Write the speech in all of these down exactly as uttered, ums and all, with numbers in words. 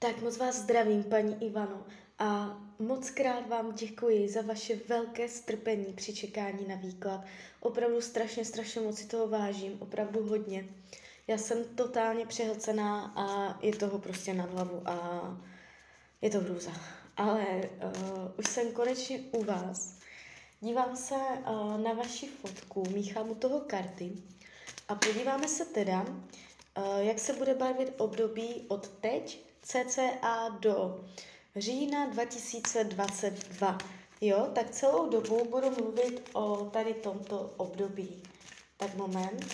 Tak moc vás zdravím, paní Ivano, a moc krát vám děkuji za vaše velké strpení při čekání na výklad. Opravdu strašně, strašně moc si toho vážím, opravdu hodně. Já jsem totálně přehlcená a je toho prostě nad hlavu a je to hrůza. Ale uh, už jsem konečně u vás. Dívám se uh, na vaši fotku, míchám u toho karty a podíváme se teda, uh, jak se bude barvit období od teď cca do října dva tisíce dvacet dva. Jo, tak celou dobu budu mluvit o tady tomto období. Tak moment.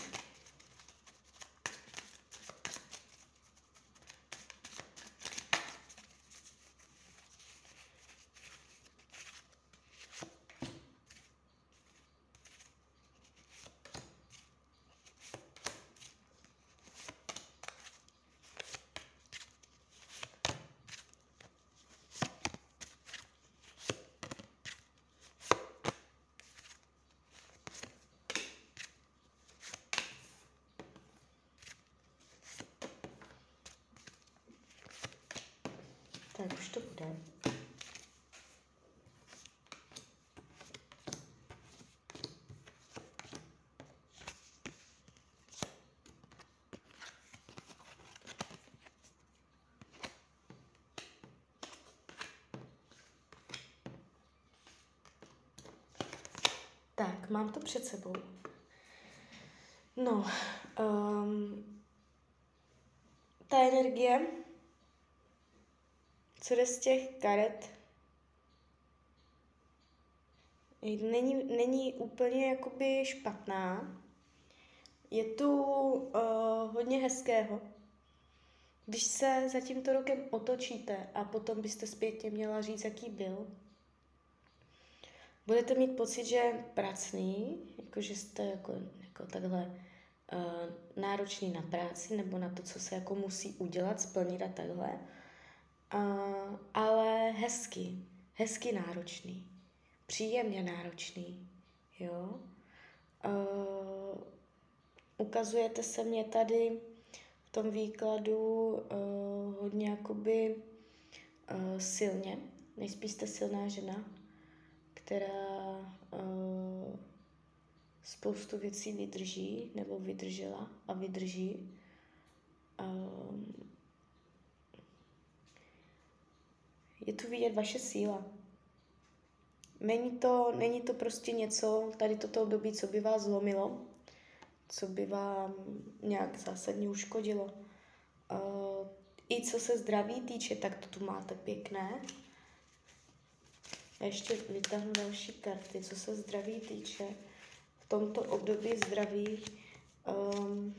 Tak už to bude. Tak, mám to před sebou. No, um, ta energie, co jde z těch karet, není, není úplně jakoby špatná. Je tu uh, hodně hezkého. Když se za tímto rokem otočíte a potom byste zpětně měla říct, jaký byl, budete mít pocit, že je pracný, jako že jste jako, jako takhle uh, náročný na práci nebo na to, co se jako musí udělat, splnit a takhle. Uh, ale hezky, hezky náročný, příjemně náročný, jo. Uh, ukazujete se mě tady v tom výkladu uh, hodně jakoby uh, silně, nejspíš jste silná žena, která uh, spoustu věcí vydrží, nebo vydržela a vydrží. Um, je tu vidět vaše síla. Není to, není to prostě něco, tady toto období, co by vás zlomilo, co by vám nějak zásadně uškodilo. Uh, I co se zdraví týče, tak to tu máte pěkné. A ještě vytáhnu další karty, co se zdraví týče. V tomto období zdraví um,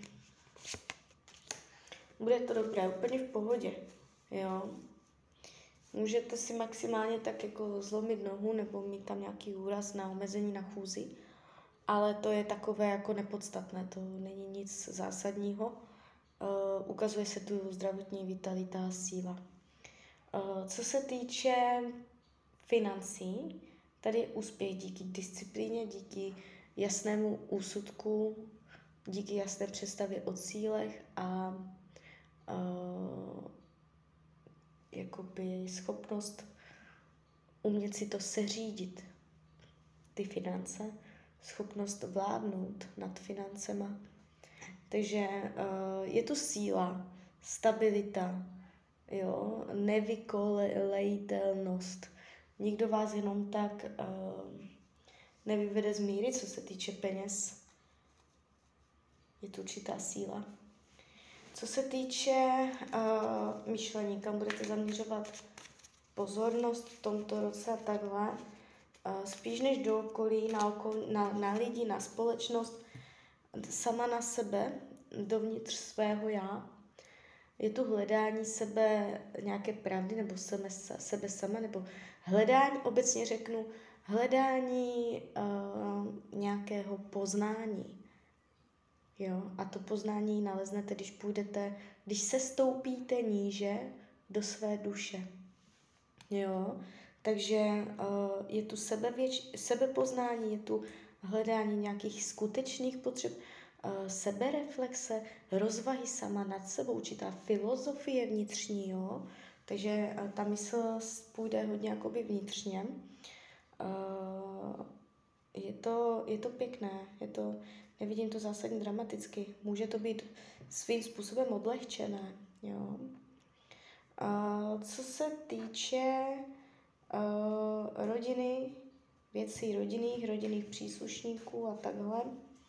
bude to dobré, úplně v pohodě, jo. Můžete si maximálně tak jako zlomit nohu nebo mít tam nějaký úraz na omezení na chůzi, ale to je takové jako nepodstatné, to není nic zásadního. Uh, ukazuje se tu zdravotní vitalita a síla. Uh, co se týče financí, tady je úspěch díky disciplíně, díky jasnému úsudku, díky jasné představě o cílech a uh, jakoby schopnost umět si to seřídit, ty finance, schopnost vládnout nad financema. Takže uh, je tu síla, stabilita, jo, nevykolejitelnost. Nikdo vás jenom tak uh, nevyvede z míry, co se týče peněz. Je tu určitá síla. Co se týče uh, myšlení, kam budete zaměřovat pozornost v tomto roce a takhle, uh, spíš než do okolí, na, okol, na, na lidi, na společnost, sama na sebe, dovnitř svého já. Je tu hledání sebe, nějaké pravdy, nebo sebe, sebe sama, nebo hledání, obecně řeknu, hledání uh, nějakého poznání. Jo, a to poznání naleznete, když půjdete, když se stoupíte níže do své duše. Jo, takže uh, je tu sebevěč, sebepoznání, je tu hledání nějakých skutečných potřeb, uh, sebereflexe, rozvahy sama nad sebou, určitá filozofie vnitřní, jo. Takže uh, ta mysl půjde hodně jakoby vnitřně. Uh, je, to, je to pěkné, je to, nevidím to zásadně dramaticky. Může to být svým způsobem odlehčené. Jo? Uh, co se týče uh, rodiny, věcí rodinných, rodinných příslušníků a takhle.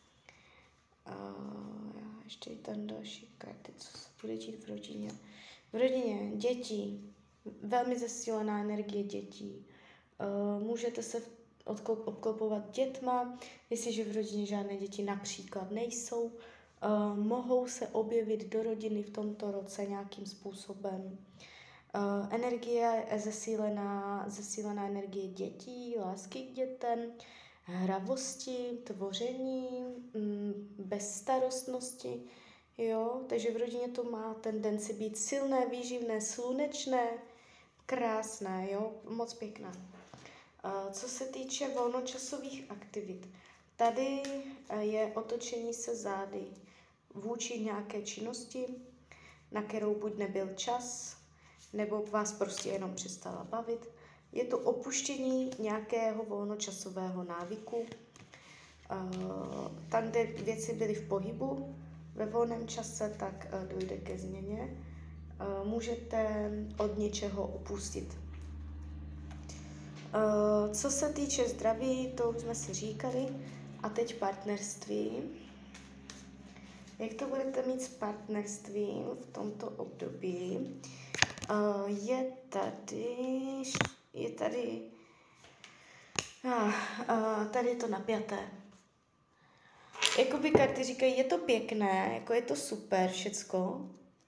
Uh, já ještě tam další karty, co se bude dít v rodině. V rodině děti, velmi zesílená energie dětí. Uh, můžete se obklopovat dětma, jestliže v rodině žádné děti například nejsou. Uh, mohou se objevit do rodiny v tomto roce nějakým způsobem. Uh, energie zesílená, zesílená energie dětí, lásky k dětem, hravosti, tvoření, mm, bezstarostnosti, jo, takže v rodině to má tendenci být silné, výživné, slunečné, krásné, jo, moc pěkné. Uh, co se týče volnočasových aktivit, tady je otočení se zády vůči nějaké činnosti, na kterou buď nebyl čas, nebo vás prostě jenom přestala bavit. Je to opuštění nějakého volnočasového návyku. Tam, kde věci byly v pohybu ve volném čase, tak dojde ke změně. Můžete od něčeho upustit. Co se týče zdraví, to už jsme si říkali. A teď partnerství. Jak to budete mít s partnerstvím v tomto období? Uh, je tady, je tady, uh, uh, tady je to napjaté. Jakoby karty říkají, je to pěkné, jako je to super všecko.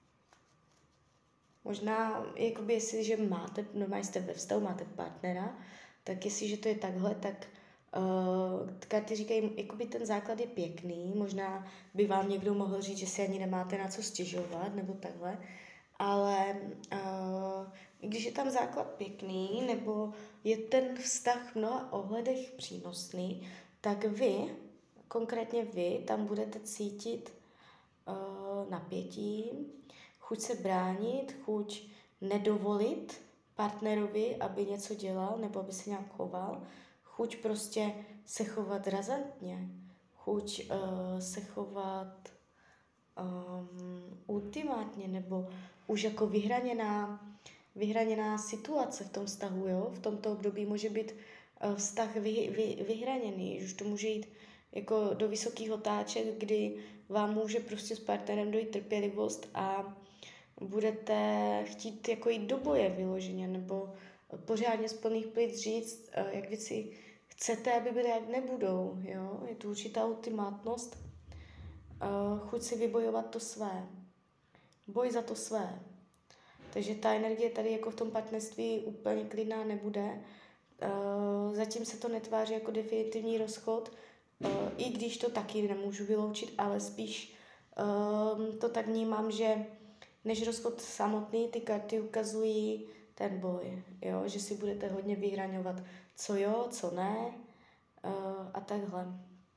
Možná, jakoby jestliže máte, normálně jste ve vztahu, máte partnera, tak jestliže to je takhle, tak uh, karty říkají, jakoby ten základ je pěkný, možná by vám někdo mohl říct, že si ani nemáte na co stěžovat, nebo takhle. Ale uh, když je tam základ pěkný, nebo je ten vztah v mnoha ohledech přínosný, tak vy, konkrétně vy, tam budete cítit uh, napětí, chuť se bránit, chuť nedovolit partnerovi, aby něco dělal, nebo aby se nějak choval, chuť prostě se chovat razantně, chuť uh, se chovat um, ultimátně, nebo už jako vyhraněná, vyhraněná situace v tom vztahu, jo? V tomto období může být uh, vztah vy, vy, vyhraněný, už to může jít jako do vysokých otáček, kdy vám může prostě s partnerem dojít trpělivost a budete chtít jako jít do boje vyloženě, nebo pořádně z plných plic říct, uh, jak věci chcete, aby byly, jak nebudou, jo? Je tu určitá ultimátnost, uh, chuť si vybojovat to své. Boj za to své. Takže ta energie tady jako v tom partnerství úplně klidná nebude. Uh, zatím se to netváří jako definitivní rozchod, uh, i když to taky nemůžu vyloučit, ale spíš uh, to tak vnímám, že než rozchod samotný, ty karty ukazují ten boj, jo? Že si budete hodně vyhraňovat, co jo, co ne uh, a takhle.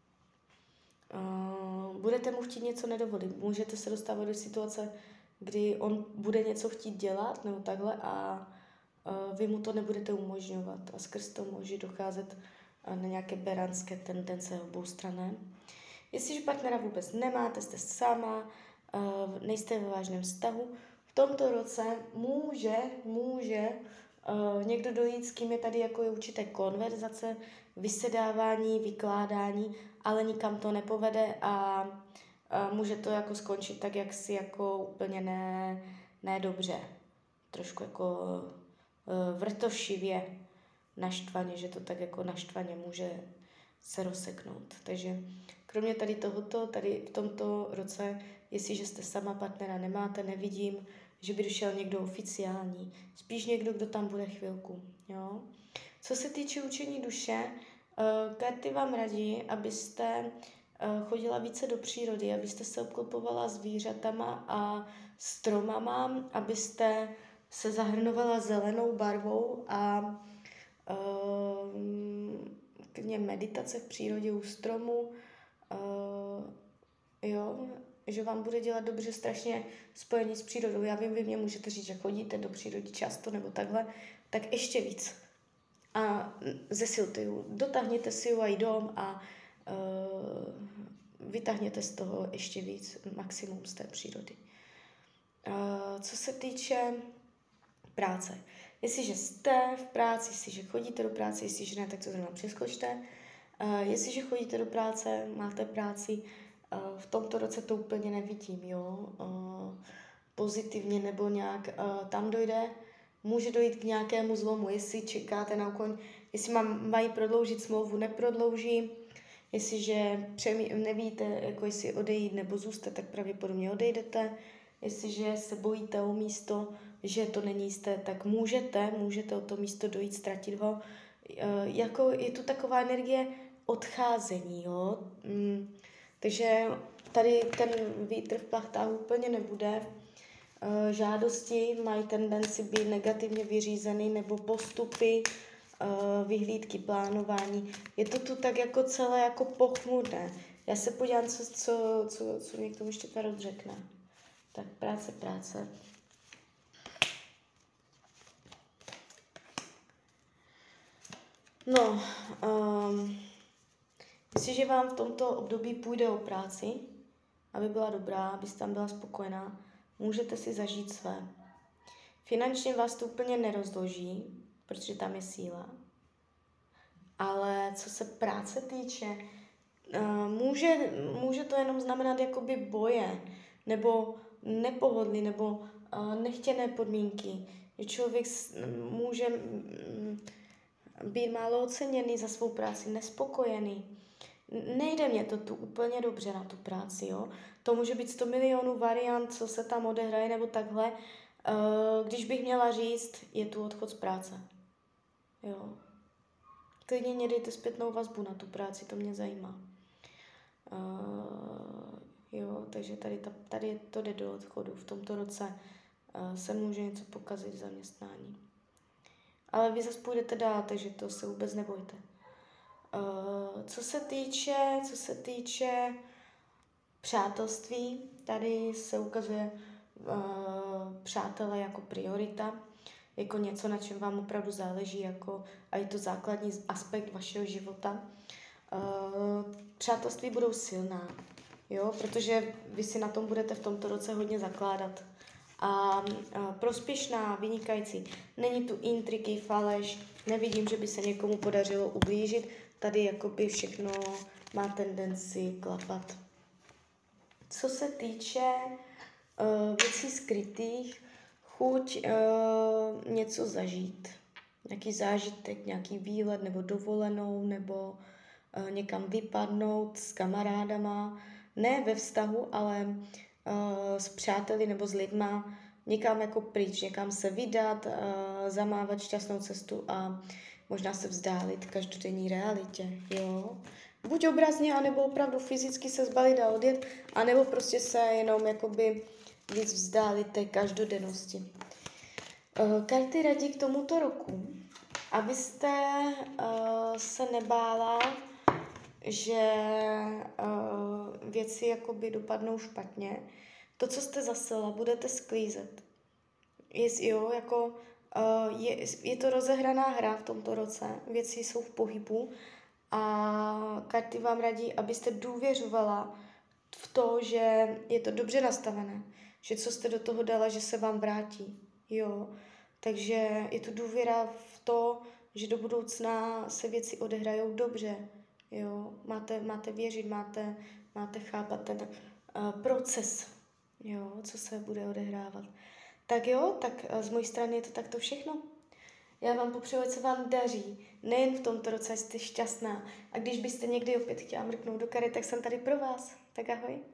Uh, budete mu chtít něco nedovolit, můžete se dostávat do situace, kdy on bude něco chtít dělat nebo takhle a uh, vy mu to nebudete umožňovat a skrz to může docházet uh, na nějaké beranské tendence oboustranné. Jestliže partnera vůbec nemáte, jste sama, uh, nejste ve vážném vztahu, v tomto roce může, může uh, někdo dojít, s kým je tady jako je určité konverzace, vysedávání, vykládání, ale nikam to nepovede a uh, může to jako skončit tak, jak si jako úplně ne, ne dobře. Trošku jako uh, vrtošivě naštvaně, že to tak jako naštvaně může se rozseknout. Takže kromě tady tohoto, tady v tomto roce, jestliže jste sama, partnera nemáte, nevidím, že by došel někdo oficiální. Spíš někdo, kdo tam bude chvilku. Jo? Co se týče učení duše, uh, karty vám radí, abyste uh, chodila více do přírody, abyste se obklopovala zvířatama a stromama, abyste se zahrnovala zelenou barvou a uh, meditace v přírodě u stromu, uh, jo, že vám bude dělat dobře strašně spojení s přírodou. Já vím, vy mě můžete říct, že chodíte do přírody často nebo takhle, tak ještě víc. A zesilte ju, dotáhněte si ju i dom a uh, vytáhněte z toho ještě víc, maximum z té přírody. Uh, co se týče práce. Jestliže jste v práci, jestliže chodíte do práce, jestliže ne, tak to zrovna přeskočte. Uh, jestliže chodíte do práce, máte práci, uh, v tomto roce to úplně nevidím, jo. Uh, pozitivně nebo nějak uh, tam dojde, může dojít k nějakému zlomu, jestli čekáte na úkon, jestli mám, mají prodloužit smlouvu, neprodlouží, jestliže přemý, nevíte, jako jestli odejít nebo zůstat, tak pravděpodobně odejdete, jestliže se bojíte o místo, že to není jisté, tak můžete, můžete o to místo dojít, ztratit ho. E, jako je tu taková energie odcházení, jo. Mm, takže tady ten vítr v plachtách úplně nebude. E, žádosti mají tendenci být negativně vyřízeny nebo postupy, e, vyhlídky, plánování. Je to tu tak jako celé jako pochmurné. Já se podívám, co, co, co, co mě k tomu ještě Tarot řekne. Tak práce, práce. No, um, jestliže vám v tomto období půjde o práci, aby byla dobrá, abyste tam byla spokojená, můžete si zažít své. Finančně vás to úplně nerozloží, protože tam je síla. Ale co se práce týče, uh, může, může to jenom znamenat jakoby boje, nebo nepohodlí, nebo uh, nechtěné podmínky. Že člověk může mm, být málo oceněný za svou práci, nespokojený. Nejde mě to tu úplně dobře na tu práci, jo. To může být sto milionů variant, co se tam odehraje, nebo takhle. Uh, když bych měla říct, je tu odchod z práce. Jo. Klidně mě dejte zpětnou vazbu na tu práci, to mě zajímá. Uh, jo, takže tady, ta, tady to jde do odchodu. V tomto roce uh, se může něco pokazit v zaměstnání. Ale vy zase půjdete dál, takže to se vůbec nebojte. Uh, co se týče, co se týče přátelství, tady se ukazuje uh, přátelé jako priorita, jako něco, na čem vám opravdu záleží, jako, a je to základní aspekt vašeho života. Uh, přátelství budou silná, jo, protože vy si na tom budete v tomto roce hodně zakládat. A, a prospěšná, vynikající. Není tu intriky, faleš, nevidím, že by se někomu podařilo ublížit. Tady jakoby všechno má tendenci klapat. Co se týče uh, věcí skrytých, chuť uh, něco zažít. Nějaký zážitek, nějaký výlet nebo dovolenou, nebo uh, někam vypadnout s kamarádama. Ne ve vztahu, ale uh, s přáteli nebo s lidma. Někam jako pryč, někam se vydat, uh, zamávat šťastnou cestu a možná se vzdálit každodenní realitě. Jo? Buď obrazně, anebo opravdu fyzicky se zbalit a odjet, anebo prostě se jenom jakoby víc vzdálit té každodennosti. Uh, karty radí k tomuto roku, abyste uh, se nebála, že uh, věci jakoby dopadnou špatně. To, co jste zasela, budete sklízet. Je, jo, jako, uh, je, je to rozehraná hra v tomto roce, věci jsou v pohybu a karty vám radí, abyste důvěřovala v to, že je to dobře nastavené, že co jste do toho dala, že se vám vrátí. Jo. Takže je tu důvěra v to, že do budoucna se věci odehrajou dobře. Jo. Máte, máte věřit, máte, máte chápat ten uh, proces, jo, co se bude odehrávat. Tak jo, tak z mojí strany je to takto všechno. Já vám popřeju, ať se vám daří, nejen v tomto roce, ať jste šťastná. A když byste někdy opět chtěla mrknout do karet, tak jsem tady pro vás. Tak ahoj.